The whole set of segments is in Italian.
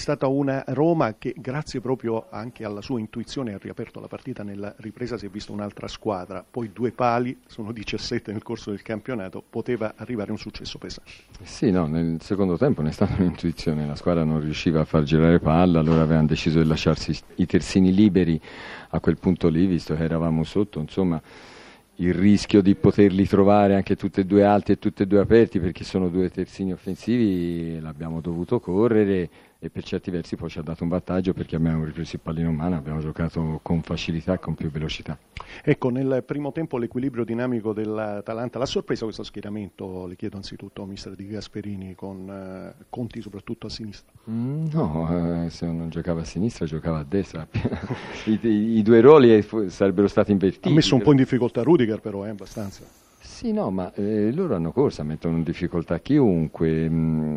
stata una Roma che, grazie proprio anche alla sua intuizione, ha riaperto la partita. Nella ripresa si è vista un'altra squadra, poi 2 pali, sono 17 nel corso del campionato, poteva arrivare un successo pesante. Sì, no, nel secondo tempo non è stata un'intuizione, la squadra non riusciva a far girare palla, allora avevano deciso di lasciarsi i terzini liberi a quel punto lì, visto che eravamo sotto, insomma. Il rischio di poterli trovare anche tutti e due alti e tutti e due aperti, perché sono 2 terzini offensivi, l'abbiamo dovuto correre e per certi versi poi ci ha dato un vantaggio, perché abbiamo ripreso il pallino in mano, abbiamo giocato con facilità e con più velocità. Ecco, nel primo tempo l'equilibrio dinamico dell'Atalanta, l'ha sorpreso questo schieramento? Le chiedo anzitutto, mister Di Gasperini, con Conti soprattutto a sinistra. No, se non giocava a sinistra giocava a destra. I 2 ruoli sarebbero stati invertiti. Ha messo un po' in difficoltà Rudiger però, abbastanza. Sì, no, ma loro hanno corsa, mettono in difficoltà chiunque,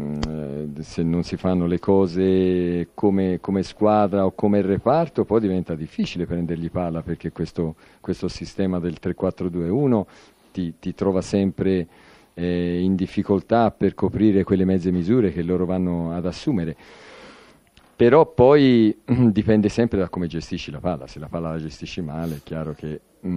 se non si fanno le cose come squadra o come reparto, poi diventa difficile prendergli palla, perché questo sistema del 3-4-2-1 ti trova sempre in difficoltà per coprire quelle mezze misure che loro vanno ad assumere. Però poi dipende sempre da come gestisci la palla. Se la palla la gestisci male, è chiaro che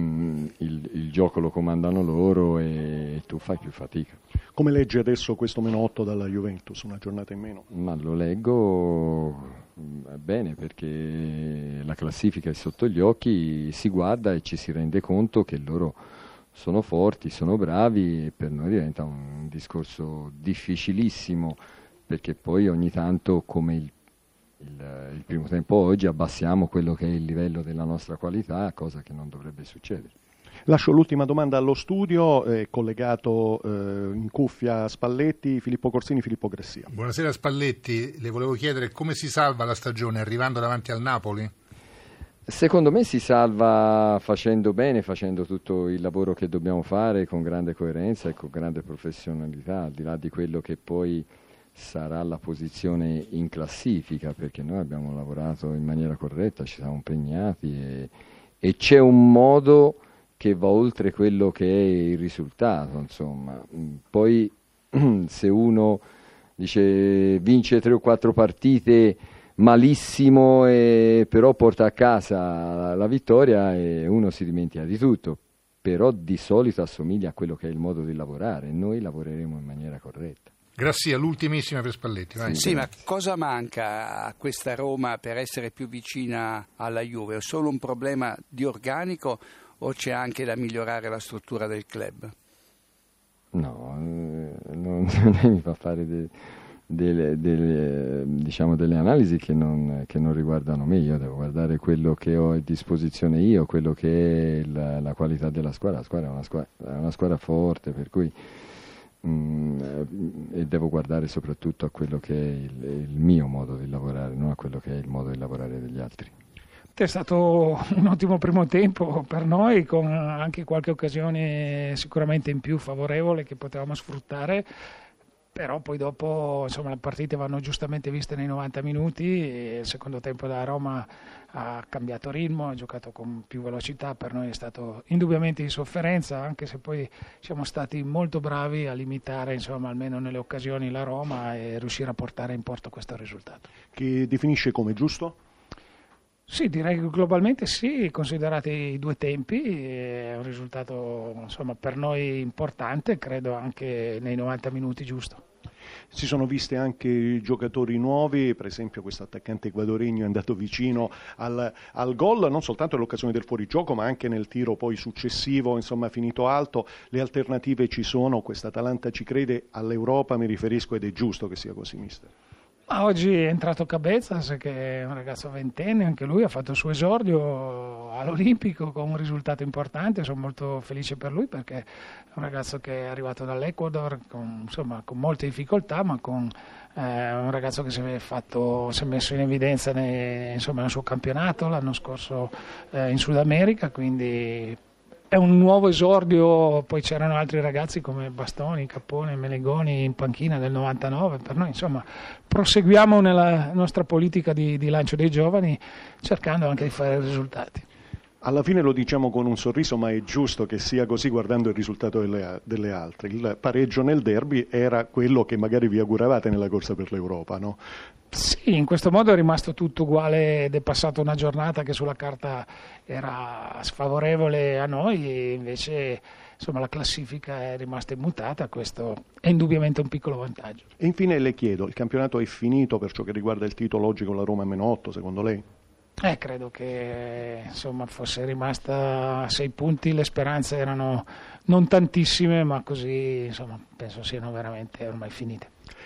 il gioco lo comandano loro e tu fai più fatica. Come legge adesso questo -8 dalla Juventus, una giornata in meno? Ma lo leggo bene, perché la classifica è sotto gli occhi, si guarda e ci si rende conto che loro sono forti, sono bravi, e per noi diventa un discorso difficilissimo, perché poi ogni tanto, come il primo tempo oggi, abbassiamo quello che è il livello della nostra qualità, cosa che non dovrebbe succedere. Lascio l'ultima domanda allo studio, collegato in cuffia Spalletti, Filippo Corsini, Filippo Gressia. Buonasera Spalletti, le volevo chiedere come si salva la stagione, arrivando davanti al Napoli? Secondo me si salva facendo bene, facendo tutto il lavoro che dobbiamo fare con grande coerenza e con grande professionalità, al di là di quello che poi sarà la posizione in classifica, perché noi abbiamo lavorato in maniera corretta, ci siamo impegnati e c'è un modo che va oltre quello che è il risultato, insomma. Poi se uno dice vince 3 o 4 partite malissimo però porta a casa la vittoria e uno si dimentica di tutto, però di solito assomiglia a quello che è il modo di lavorare. Noi lavoreremo in maniera corretta. Grazie, l'ultimissima per Spalletti. Vai. Sì, ma cosa manca a questa Roma per essere più vicina alla Juve? È solo un problema di organico o c'è anche da migliorare la struttura del club? No, non mi fa fare delle analisi che non riguardano me. Io devo guardare quello che ho a disposizione io, quello che è la qualità della squadra. La squadra è una squadra forte, per cui e devo guardare soprattutto a quello che è il mio modo di lavorare, non a quello che è il modo di lavorare degli altri. È stato un ottimo primo tempo per noi, con anche qualche occasione sicuramente in più favorevole che potevamo sfruttare, però poi dopo, insomma, le partite vanno giustamente viste nei 90 minuti e il secondo tempo da Roma ha cambiato ritmo, ha giocato con più velocità, per noi è stato indubbiamente di sofferenza, anche se poi siamo stati molto bravi a limitare, insomma, almeno nelle occasioni la Roma e riuscire a portare in porto questo risultato. Che definisce come giusto? Sì, direi che globalmente sì, considerati i 2 tempi, è un risultato, insomma, per noi importante, credo anche nei 90 minuti giusto. Si sono viste anche giocatori nuovi, per esempio questo attaccante ecuadoregno è andato vicino al gol, non soltanto nell'occasione del fuorigioco ma anche nel tiro poi successivo, insomma finito alto. Le alternative ci sono, questa Atalanta ci crede, all'Europa mi riferisco, ed è giusto che sia così, mister. Oggi è entrato Cabezas, che è un ragazzo ventenne, anche lui ha fatto il suo esordio all'Olimpico con un risultato importante. Sono molto felice per lui perché è un ragazzo che è arrivato dall'Ecuador con molte difficoltà, ma con un ragazzo che si è messo in evidenza nel suo campionato l'anno scorso in Sud America, quindi è un nuovo esordio. Poi c'erano altri ragazzi come Bastoni, Cappone, Melegoni in panchina del 99. Per noi, insomma, proseguiamo nella nostra politica di lancio dei giovani, cercando anche di fare risultati. Alla fine lo diciamo con un sorriso, ma è giusto che sia così guardando il risultato delle altre. Il pareggio nel derby era quello che magari vi auguravate nella corsa per l'Europa, no? Sì, in questo modo è rimasto tutto uguale ed è passata una giornata che sulla carta era sfavorevole a noi e invece insomma, la classifica è rimasta immutata, questo è indubbiamente un piccolo vantaggio. E infine le chiedo, il campionato è finito per ciò che riguarda il titolo oggi con la Roma a -8, secondo lei? Credo che insomma, fosse rimasta a 6 punti, le speranze erano non tantissime, ma così insomma, penso siano veramente ormai finite.